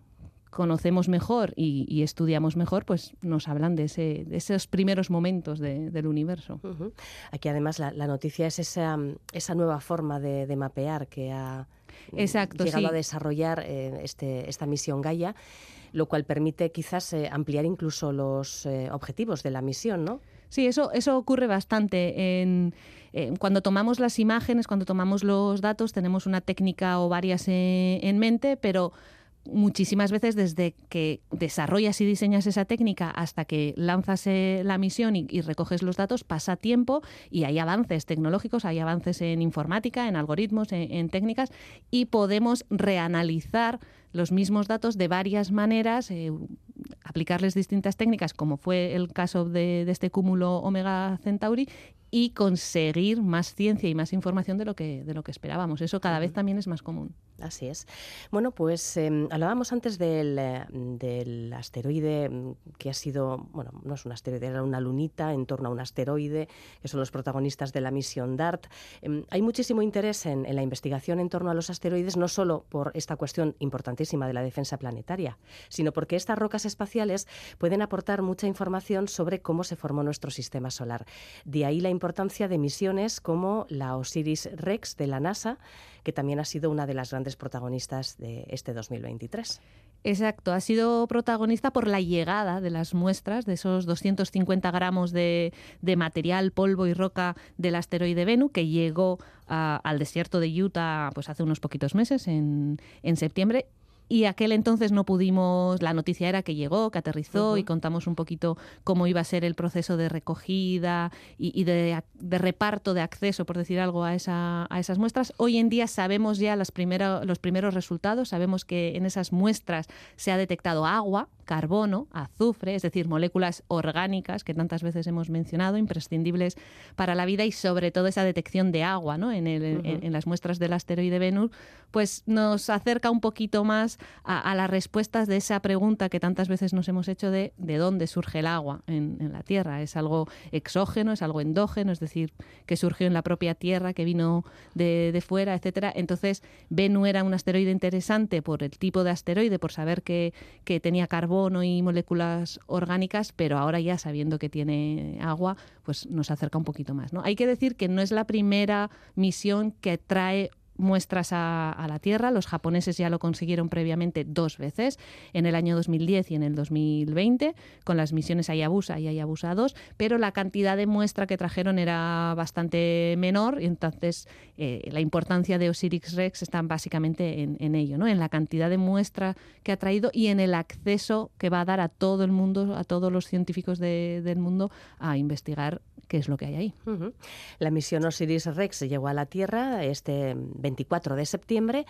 conocemos mejor y, y estudiamos mejor, pues nos hablan de, ese, de esos primeros momentos de, del universo. Uh-huh. Aquí además la, la noticia es esa, esa nueva forma de, de mapear que ha Exacto, llegado sí. a desarrollar eh, este, esta misión Gaia, lo cual permite quizás eh, ampliar incluso los eh, objetivos de la misión, ¿no? Sí, eso, eso ocurre bastante. En, en, cuando tomamos las imágenes, cuando tomamos los datos, tenemos una técnica o varias en, en mente, pero muchísimas veces desde que desarrollas y diseñas esa técnica hasta que lanzas eh, la misión y, y recoges los datos, pasa tiempo y hay avances tecnológicos, hay avances en informática, en algoritmos, en, en técnicas, y podemos reanalizar los mismos datos de varias maneras, eh, aplicarles distintas técnicas, como fue el caso de, de este cúmulo Omega Centauri, y conseguir más ciencia y más información de lo que, de lo que esperábamos. Eso cada vez también es más común. Así es. Bueno, pues eh, hablábamos antes del, del asteroide que ha sido, bueno, no es un asteroide, era una lunita en torno a un asteroide, que son los protagonistas de la misión DART. Eh, hay muchísimo interés en, en la investigación en torno a los asteroides, no solo por esta cuestión importantísima de la defensa planetaria, sino porque estas rocas espaciales pueden aportar mucha información sobre cómo se formó nuestro sistema solar. De ahí la importancia de misiones como la OSIRIS-REx de la NASA, que también ha sido una de las grandes protagonistas de este dos mil veintitrés. Exacto, ha sido protagonista por la llegada de las muestras, de esos doscientos cincuenta gramos de, de material, polvo y roca del asteroide Bennu, que llegó a, al desierto de Utah pues hace unos poquitos meses, en, en septiembre. Y aquel entonces no pudimos, la noticia era que llegó, que aterrizó, uh-huh. y contamos un poquito cómo iba a ser el proceso de recogida y, y de, de reparto, de acceso, por decir algo, a, esa, a esas muestras. Hoy en día sabemos ya las primero, los primeros resultados, sabemos que en esas muestras se ha detectado agua, carbono, azufre, es decir, moléculas orgánicas que tantas veces hemos mencionado, imprescindibles para la vida, y sobre todo esa detección de agua, ¿no? en, el, uh-huh. en, en las muestras del asteroide Bennu, pues nos acerca un poquito más a, a las respuestas de esa pregunta que tantas veces nos hemos hecho de de dónde surge el agua en, en la Tierra. ¿Es algo exógeno, es algo endógeno? Es decir, que surgió en la propia Tierra, que vino de, de fuera, etcétera. Entonces, Bennu era un asteroide interesante por el tipo de asteroide, por saber que, que tenía carbono y moléculas orgánicas, pero ahora ya sabiendo que tiene agua, pues nos acerca un poquito más, ¿no? Hay que decir que no es la primera misión que trae muestras a, a la Tierra. Los japoneses ya lo consiguieron previamente dos veces, en el año dos mil diez y en el dos mil veinte, con las misiones Hayabusa y Hayabusa dos, pero la cantidad de muestra que trajeron era bastante menor, y entonces eh, la importancia de OSIRIS-REx está básicamente en, en ello, ¿no? En la cantidad de muestra que ha traído y en el acceso que va a dar a todo el mundo, a todos los científicos de, del mundo, a investigar qué es lo que hay ahí. Uh-huh. La misión OSIRIS-REx llegó a la Tierra este veinticuatro de septiembre,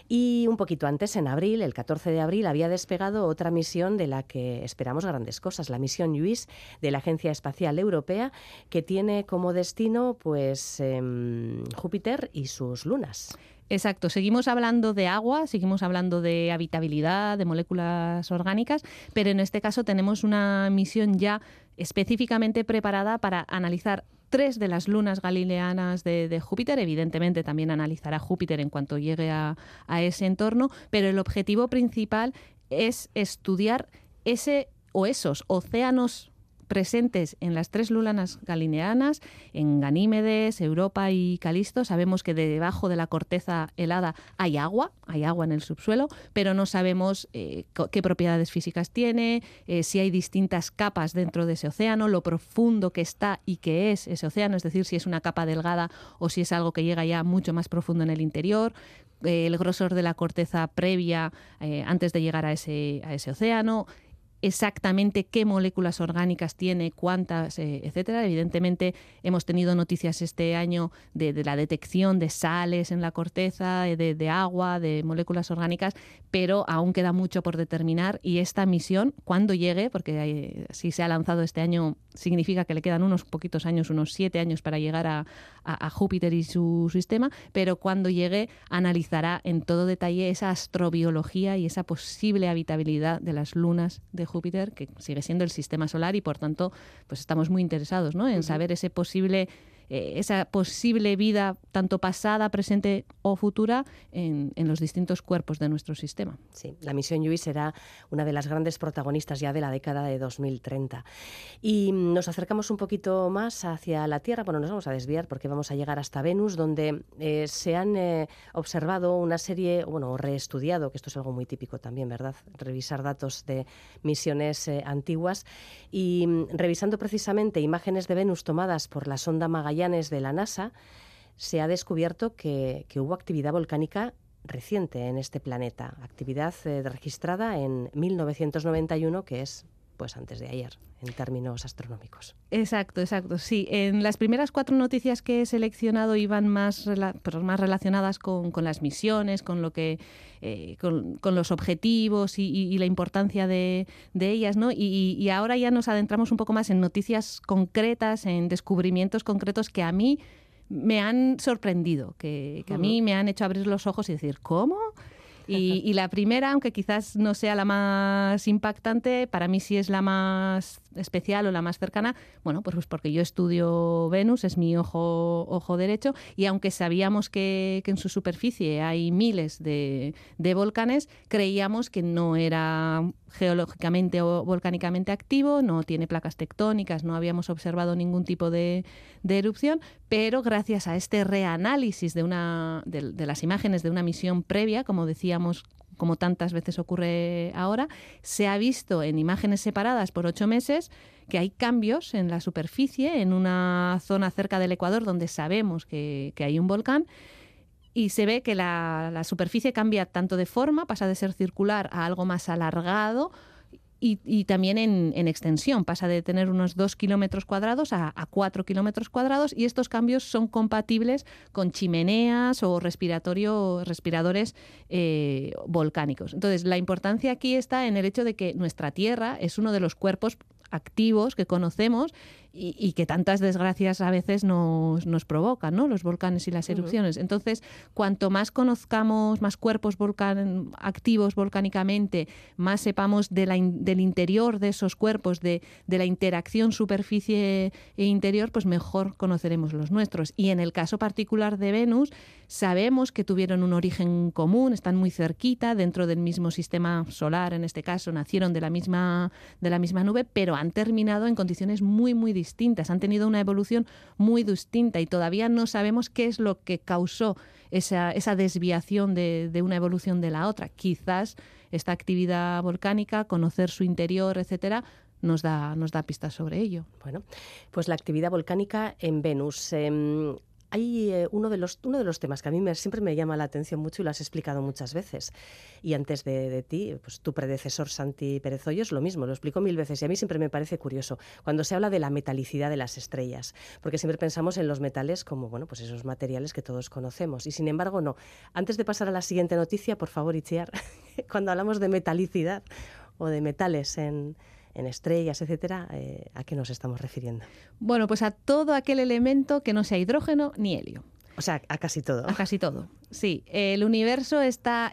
y un poquito antes, en abril, el catorce de abril, había despegado otra misión de la que esperamos grandes cosas, la misión JUICE de la Agencia Espacial Europea, que tiene como destino pues eh, Júpiter y sus lunas. Exacto, seguimos hablando de agua, seguimos hablando de habitabilidad, de moléculas orgánicas, pero en este caso tenemos una misión ya específicamente preparada para analizar tres de las lunas galileanas de, de Júpiter. Evidentemente también analizará Júpiter en cuanto llegue a, a ese entorno, pero el objetivo principal es estudiar ese o esos océanos presentes en las tres lunas galileanas, en Ganímedes, Europa y Calisto. Sabemos que debajo de la corteza helada hay agua, hay agua en el subsuelo, pero no sabemos eh, qué propiedades físicas tiene, eh, si hay distintas capas dentro de ese océano, lo profundo que está y qué es ese océano, es decir, si es una capa delgada o si es algo que llega ya mucho más profundo en el interior, eh, el grosor de la corteza previa eh, antes de llegar a ese, a ese océano, exactamente qué moléculas orgánicas tiene, cuántas, eh, etcétera. Evidentemente hemos tenido noticias este año de, de la detección de sales en la corteza, de, de agua, de moléculas orgánicas, pero aún queda mucho por determinar, y esta misión, cuando llegue, porque eh, si se ha lanzado este año, significa que le quedan unos poquitos años, unos siete años para llegar a, a, a Júpiter y su sistema, pero cuando llegue analizará en todo detalle esa astrobiología y esa posible habitabilidad de las lunas de Júpiter, que sigue siendo el sistema solar, y por tanto pues estamos muy interesados, ¿no?, en uh-huh. saber ese posible eh, esa posible vida, tanto pasada, presente o futura, en, en los distintos cuerpos de nuestro sistema. Sí, la misión JUICE será una de las grandes protagonistas ya de la década de dos mil treinta. Y nos acercamos un poquito más hacia la Tierra. Bueno, nos vamos a desviar porque vamos a llegar hasta Venus, donde eh, se han eh, observado una serie, bueno, reestudiado, que esto es algo muy típico también, ¿verdad? Revisar datos de misiones eh, antiguas y revisando precisamente imágenes de Venus tomadas por la sonda Magallanes de la NASA, se ha descubierto que, que hubo actividad volcánica reciente en este planeta, actividad eh, registrada en mil novecientos noventa y uno, que es pues antes de ayer, en términos astronómicos. Exacto, exacto, sí. En las primeras cuatro noticias que he seleccionado iban más, rela- más relacionadas con, con las misiones, con lo que, eh, con, con los objetivos y, y, y la importancia de, de ellas, ¿no? Y, y ahora ya nos adentramos un poco más en noticias concretas, en descubrimientos concretos que a mí me han sorprendido, que, que a mí me han hecho abrir los ojos y decir, ¿cómo? Y, y la primera, aunque quizás no sea la más impactante, para mí sí es la más especial o la más cercana, bueno, pues porque yo estudio Venus, es mi ojo, ojo derecho, y aunque sabíamos que, que en su superficie hay miles de, de volcanes, creíamos que no era geológicamente o volcánicamente activo, no tiene placas tectónicas, no habíamos observado ningún tipo de, de erupción, pero gracias a este reanálisis de, una, de, de las imágenes de una misión previa, como decíamos, como tantas veces ocurre ahora, se ha visto en imágenes separadas por ocho meses que hay cambios en la superficie, en una zona cerca del Ecuador donde sabemos que, que hay un volcán, y se ve que la, la superficie cambia tanto de forma, pasa de ser circular a algo más alargado, Y, y también en, en extensión, pasa de tener unos dos kilómetros cuadrados a, a cuatro kilómetros cuadrados, y estos cambios son compatibles con chimeneas o respiratorio, respiradores eh, volcánicos. Entonces, la importancia aquí está en el hecho de que nuestra Tierra es uno de los cuerpos activos que conocemos y, y que tantas desgracias a veces nos, nos provocan, ¿no? Los volcanes y las erupciones. Uh-huh. Entonces, cuanto más conozcamos, más cuerpos volcan, activos volcánicamente, más sepamos de la, del interior de esos cuerpos, de, de la interacción superficie e interior, pues mejor conoceremos los nuestros. Y en el caso particular de Venus, sabemos que tuvieron un origen común, están muy cerquita, dentro del mismo sistema solar, en este caso, nacieron de la misma, de la misma nube, pero han terminado en condiciones muy, muy distintas, han tenido una evolución muy distinta y todavía no sabemos qué es lo que causó esa, esa desviación de, de una evolución de la otra. Quizás esta actividad volcánica, conocer su interior, etcétera, nos da, nos da pistas sobre ello. Bueno, pues la actividad volcánica en Venus. Eh, Hay eh, uno, de los, uno de los temas que a mí me, siempre me llama la atención mucho y lo has explicado muchas veces. Y antes de, de ti, pues tu predecesor Santi Pérez Hoyos, lo mismo, lo explicó mil veces. Y a mí siempre me parece curioso cuando se habla de la metalicidad de las estrellas, porque siempre pensamos en los metales como, bueno, pues esos materiales que todos conocemos. Y sin embargo, no. Antes de pasar a la siguiente noticia, por favor, Itziar, cuando hablamos de metalicidad o de metales en... en estrellas, etcétera, eh, ¿a qué nos estamos refiriendo? Bueno, pues a todo aquel elemento que no sea hidrógeno ni helio. O sea, a casi todo. A casi todo, sí. El universo está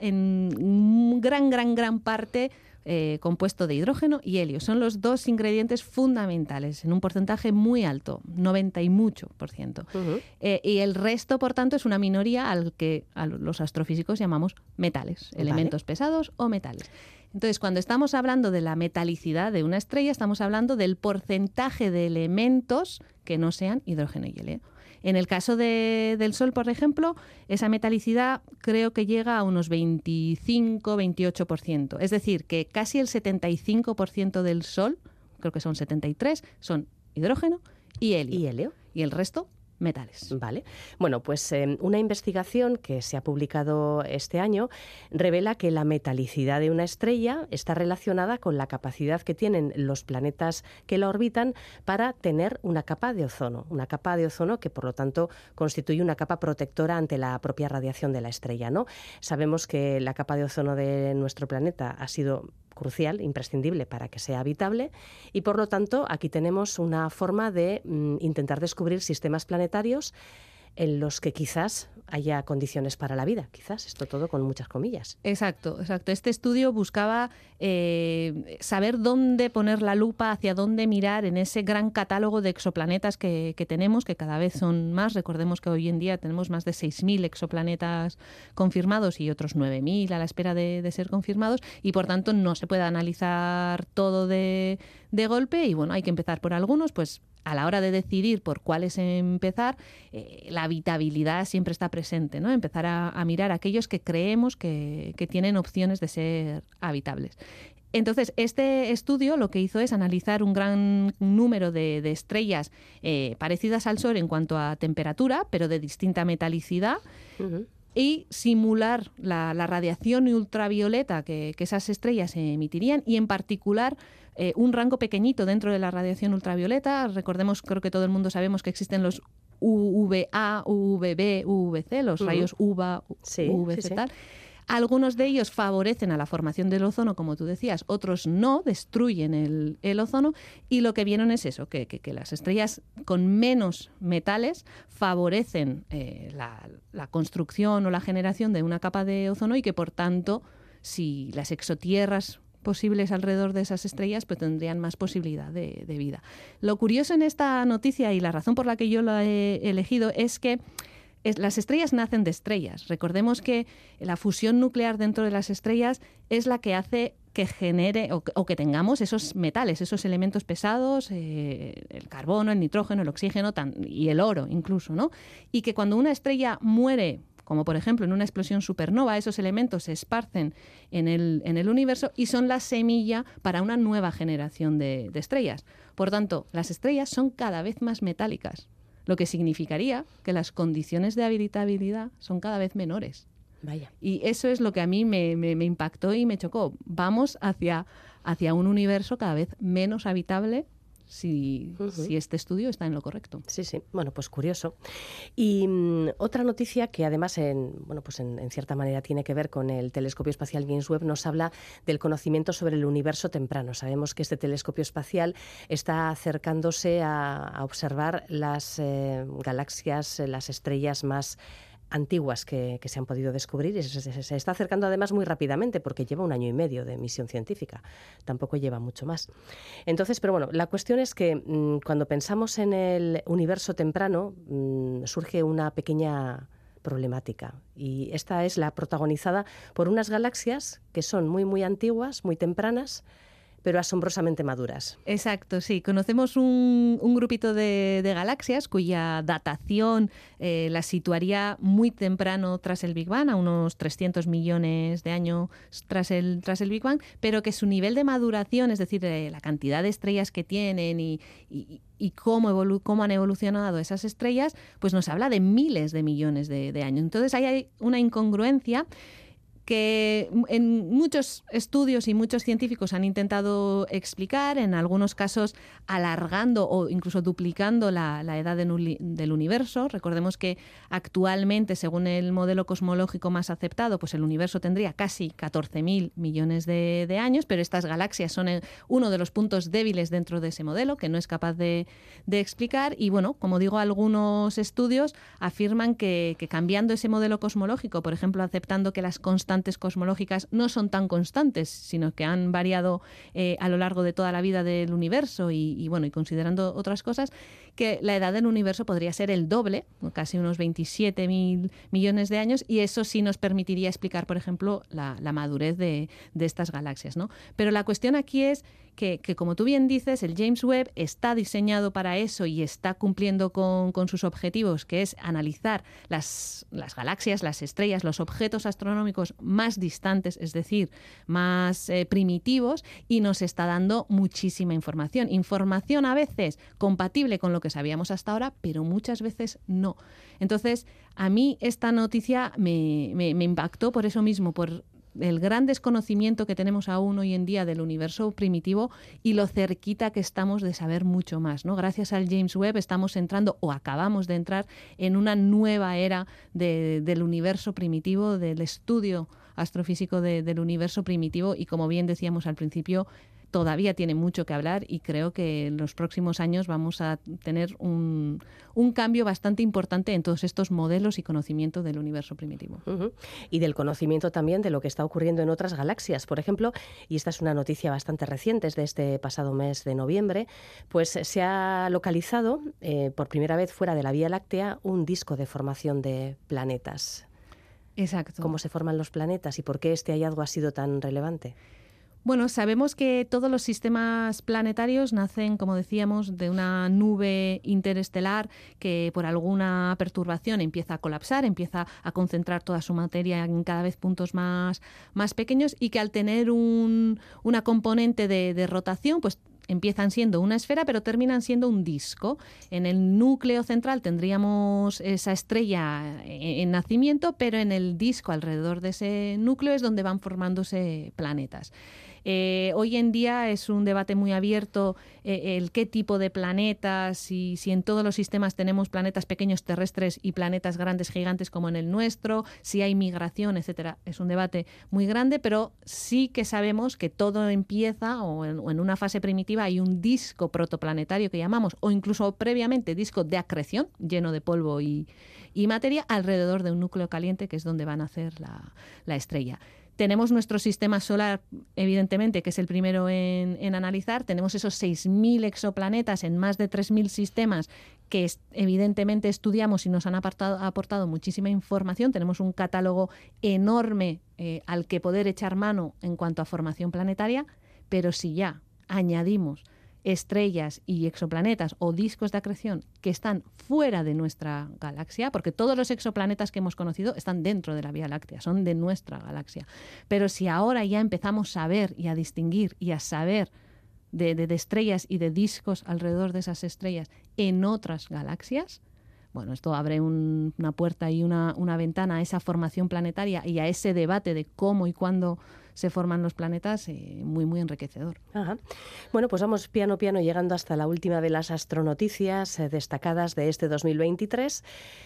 en gran, gran, gran parte eh, compuesto de hidrógeno y helio. Son los dos ingredientes fundamentales, en un porcentaje muy alto, noventa y mucho por ciento. Uh-huh. Eh, y el resto, por tanto, es una minoría al que a los astrofísicos llamamos metales, vale. Elementos pesados o metales. Entonces, cuando estamos hablando de la metalicidad de una estrella, estamos hablando del porcentaje de elementos que no sean hidrógeno y helio. En el caso de, del Sol, por ejemplo, esa metalicidad creo que llega a unos veinticinco, veintiocho por ciento. Es decir, que casi el setenta y cinco por ciento del Sol, creo que son setenta y tres, son hidrógeno y helio. ¿Y helio? Y el resto, metales. Vale. Bueno, pues eh, una investigación que se ha publicado este año revela que la metalicidad de una estrella está relacionada con la capacidad que tienen los planetas que la orbitan para tener una capa de ozono. Una capa de ozono que, por lo tanto, constituye una capa protectora ante la propia radiación de la estrella, ¿no? Sabemos que la capa de ozono de nuestro planeta ha sido crucial, imprescindible para que sea habitable, y por lo tanto aquí tenemos una forma de mm, intentar descubrir sistemas planetarios en los que quizás haya condiciones para la vida, quizás, esto todo con muchas comillas. Exacto, exacto. Este estudio buscaba eh, saber dónde poner la lupa, hacia dónde mirar en ese gran catálogo de exoplanetas que, que tenemos, que cada vez son más. Recordemos que hoy en día tenemos más de seis mil exoplanetas confirmados y otros nueve mil a la espera de, de ser confirmados, y por tanto no se puede analizar todo de, de golpe, y bueno, hay que empezar por algunos. Pues a la hora de decidir por cuáles empezar, eh, la habitabilidad siempre está presente, ¿no? Empezar a, a mirar aquellos que creemos que, que tienen opciones de ser habitables. Entonces, este estudio lo que hizo es analizar un gran número de, de estrellas eh, parecidas al Sol en cuanto a temperatura, pero de distinta metalicidad, uh-huh. y simular la, la radiación ultravioleta que, que esas estrellas emitirían, y en particular eh, un rango pequeñito dentro de la radiación ultravioleta. Recordemos, creo que todo el mundo sabemos que existen los U V A, U V B, U V C, los uh-huh. rayos U V A, sí, U V C, sí, tal. Sí. Algunos de ellos favorecen a la formación del ozono, como tú decías, otros no, destruyen el, el ozono, y lo que vieron es eso, que, que, que las estrellas con menos metales favorecen eh, la, la construcción o la generación de una capa de ozono, y que por tanto, si las exotierras posibles alrededor de esas estrellas, pues tendrían más posibilidad de, de vida. Lo curioso en esta noticia, y la razón por la que yo la he elegido, es que Es, las estrellas nacen de estrellas. Recordemos que la fusión nuclear dentro de las estrellas es la que hace que genere o, o que tengamos esos metales, esos elementos pesados, eh, el carbono, el nitrógeno, el oxígeno tan, y el oro incluso, ¿no? Y que cuando una estrella muere, como por ejemplo en una explosión supernova, esos elementos se esparcen en el, en el universo y son la semilla para una nueva generación de, de estrellas. Por tanto, las estrellas son cada vez más metálicas, lo que significaría que las condiciones de habitabilidad son cada vez menores. Vaya. Y eso es lo que a mí me, me, me impactó y me chocó. Vamos hacia, hacia un universo cada vez menos habitable, si, uh-huh. si este estudio está en lo correcto. Sí, sí. Bueno, pues curioso. Y um, otra noticia que además en, bueno, pues en, en cierta manera tiene que ver con el telescopio espacial James Webb, nos habla del conocimiento sobre el universo temprano. Sabemos que este telescopio espacial está acercándose a, a observar las eh, galaxias, las estrellas más antiguas que, que se han podido descubrir, y se, se, se está acercando además muy rápidamente, porque lleva un año y medio de misión científica, tampoco lleva mucho más. Entonces, pero bueno, la cuestión es que mmm, cuando pensamos en el universo temprano, mmm, surge una pequeña problemática, y esta es la protagonizada por unas galaxias que son muy, muy antiguas, muy tempranas, pero asombrosamente maduras. Exacto, sí. Conocemos un, un grupito de, de galaxias cuya datación eh, las situaría muy temprano tras el Big Bang, a unos trescientos millones de años tras el, tras el Big Bang, pero que su nivel de maduración, es decir, eh, la cantidad de estrellas que tienen y, y, y cómo, evolu- cómo han evolucionado esas estrellas, pues nos habla de miles de millones de, de años. Entonces ahí hay una incongruencia que en muchos estudios y muchos científicos han intentado explicar, en algunos casos alargando o incluso duplicando la, la edad de, del universo. Recordemos que actualmente, según el modelo cosmológico más aceptado, pues el universo tendría casi catorce mil millones de, de años, pero estas galaxias son el, uno de los puntos débiles dentro de ese modelo, que no es capaz de, de explicar. Y bueno, como digo, algunos estudios afirman que, que cambiando ese modelo cosmológico, por ejemplo, aceptando que las constantes cosmológicas no son tan constantes, sino que han variado eh, a lo largo de toda la vida del universo, y, y bueno, y considerando otras cosas, que la edad del universo podría ser el doble, casi unos veintisiete mil millones de años, y eso sí nos permitiría explicar, por ejemplo, la, la madurez de, de estas galaxias, ¿no? Pero la cuestión aquí es que, que, como tú bien dices, el James Webb está diseñado para eso y está cumpliendo con, con sus objetivos, que es analizar las, las galaxias, las estrellas, los objetos astronómicos más distantes, es decir, más eh, primitivos, y nos está dando muchísima información. Información a veces compatible con lo que sabíamos hasta ahora, pero muchas veces no. Entonces, a mí esta noticia me, me, me impactó por eso mismo, por el gran desconocimiento que tenemos aún hoy en día del universo primitivo y lo cerquita que estamos de saber mucho más, ¿no? Gracias al James Webb estamos entrando, o acabamos de entrar, en una nueva era de, del universo primitivo, del estudio astrofísico de, del universo primitivo, y como bien decíamos al principio, todavía tiene mucho que hablar y creo que en los próximos años vamos a tener un, un cambio bastante importante en todos estos modelos y conocimiento del universo primitivo. Uh-huh. Y del conocimiento también de lo que está ocurriendo en otras galaxias. Por ejemplo, y esta es una noticia bastante reciente, es de este pasado mes de noviembre, pues se ha localizado eh, por primera vez fuera de la Vía Láctea un disco de formación de planetas. Exacto. ¿Cómo se forman los planetas y por qué este hallazgo ha sido tan relevante? Bueno, sabemos que todos los sistemas planetarios nacen, como decíamos, de una nube interestelar que por alguna perturbación empieza a colapsar, empieza a concentrar toda su materia en cada vez puntos más, más pequeños y que al tener un, una componente de, de rotación, pues empiezan siendo una esfera, pero terminan siendo un disco. En el núcleo central tendríamos esa estrella en nacimiento, pero en el disco alrededor de ese núcleo es donde van formándose planetas. Eh, hoy en día es un debate muy abierto eh, el qué tipo de planetas, si, si en todos los sistemas tenemos planetas pequeños terrestres y planetas grandes gigantes como en el nuestro, si hay migración, etcétera. Es un debate muy grande, pero sí que sabemos que todo empieza o en, o en una fase primitiva hay un disco protoplanetario que llamamos, o incluso previamente disco de acreción, lleno de polvo y, y materia, alrededor de un núcleo caliente que es donde va a nacer la, la estrella. Tenemos nuestro sistema solar, evidentemente, que es el primero en, en analizar. Tenemos esos seis mil exoplanetas en más de tres mil sistemas que es, evidentemente estudiamos y nos han apartado, aportado muchísima información. Tenemos un catálogo enorme eh, al que poder echar mano en cuanto a formación planetaria, pero si ya añadimos estrellas y exoplanetas o discos de acreción que están fuera de nuestra galaxia, porque todos los exoplanetas que hemos conocido están dentro de la Vía Láctea, son de nuestra galaxia. Pero si ahora ya empezamos a ver y a distinguir y a saber de, de, de estrellas y de discos alrededor de esas estrellas en otras galaxias, bueno, esto abre un, una puerta y una, una ventana a esa formación planetaria y a ese debate de cómo y cuándo se forman los planetas, eh, muy, muy enriquecedor. Ajá. Bueno, pues vamos piano piano llegando hasta la última de las astronoticias eh, destacadas de este dos mil veintitrés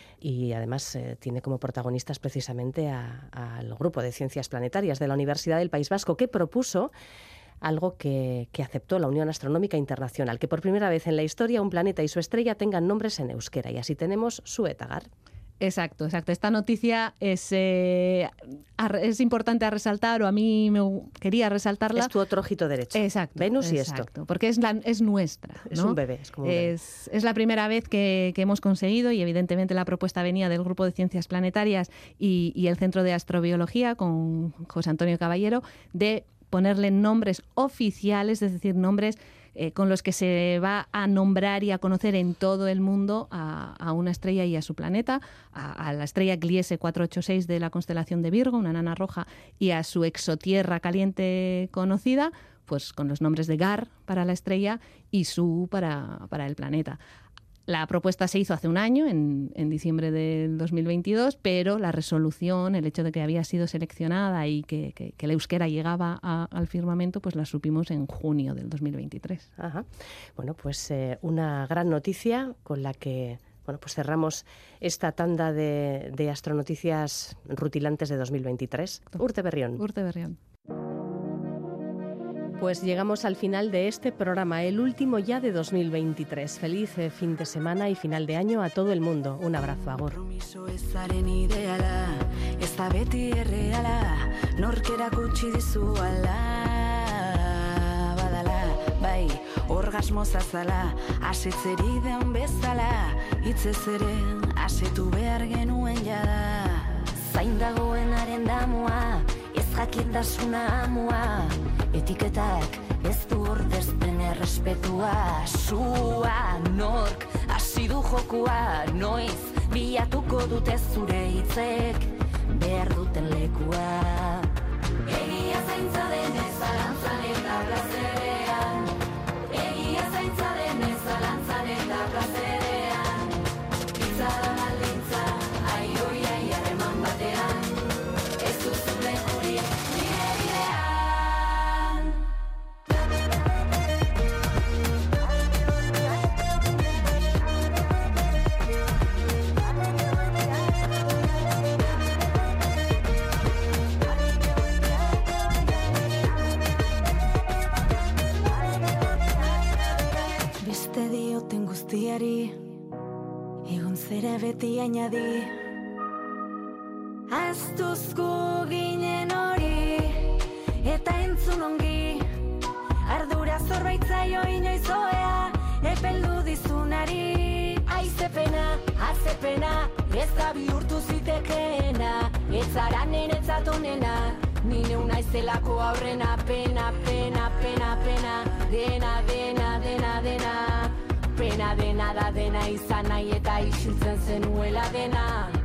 y además eh, tiene como protagonistas precisamente al Grupo de Ciencias Planetarias de la Universidad del País Vasco, que propuso algo que, que aceptó la Unión Astronómica Internacional, que por primera vez en la historia un planeta y su estrella tengan nombres en euskera, y así tenemos Suetagar. Exacto, exacto. Esta noticia es, eh, es importante a resaltar, o a mí me quería resaltarla. Es tu otro ojito derecho. Exacto. Venus y exacto, esto. Porque es, la, es nuestra, ¿no? Es un bebé. Es, como un bebé. Es, es la primera vez que, que hemos conseguido, y evidentemente la propuesta venía del Grupo de Ciencias Planetarias y, y el Centro de Astrobiología con José Antonio Caballero, de ponerle nombres oficiales, es decir, nombres eh, con los que se va a nombrar y a conocer en todo el mundo a, a una estrella y a su planeta, a, a la estrella Gliese cuatrocientos ochenta y seis de la constelación de Virgo, una enana roja, y a su exotierra caliente conocida, pues con los nombres de Gar para la estrella y Su para, para el planeta. La propuesta se hizo hace un año, en, en diciembre del dos mil veintidós, pero la resolución, el hecho de que había sido seleccionada y que, que, que la euskera llegaba a, al firmamento, pues la supimos en junio del dos mil veintitrés. Ajá. Bueno, pues eh, una gran noticia con la que bueno, pues cerramos esta tanda de, de astronoticias rutilantes de dos mil veintitrés. Urte Berrión. Urte Berrión. Pues llegamos al final de este programa, el último ya de dos mil veintitrés. Feliz eh, fin de semana y final de año a todo el mundo. Un abrazo, agur. Orgasmo zazala, asetzeri den bezala, hitzez ere, asetu behar genuen jada. Zain dagoenaren damua, ez jakintasuna amua, etiketak ez du ordezten errespetua. Sua, nork, hasi du jokua, noiz, bilatuko dute zure hitzek, behar duten lekua. Egia zaintza denez, zalantzan eta plazerean, egia zaintza denez, zalantzan eta plazerean, hitza da maldintza, ai oi ai harreman batean, ez duzu lekurik nire bidean. beti añadi. Aztuzko ginen hori, eta entzun ongi, ardura zorbaitzaio inoizoea, epeldu dizunari. Aizepena, azepena, ez da bihurtu zitekeena, ez zara niretzat onena, ni neu naizelako aurrena. Pena, pena, pena, pena, dena, dena, dena, dena, pena dena da dena izan nahi eta isiltzen zenuela dena.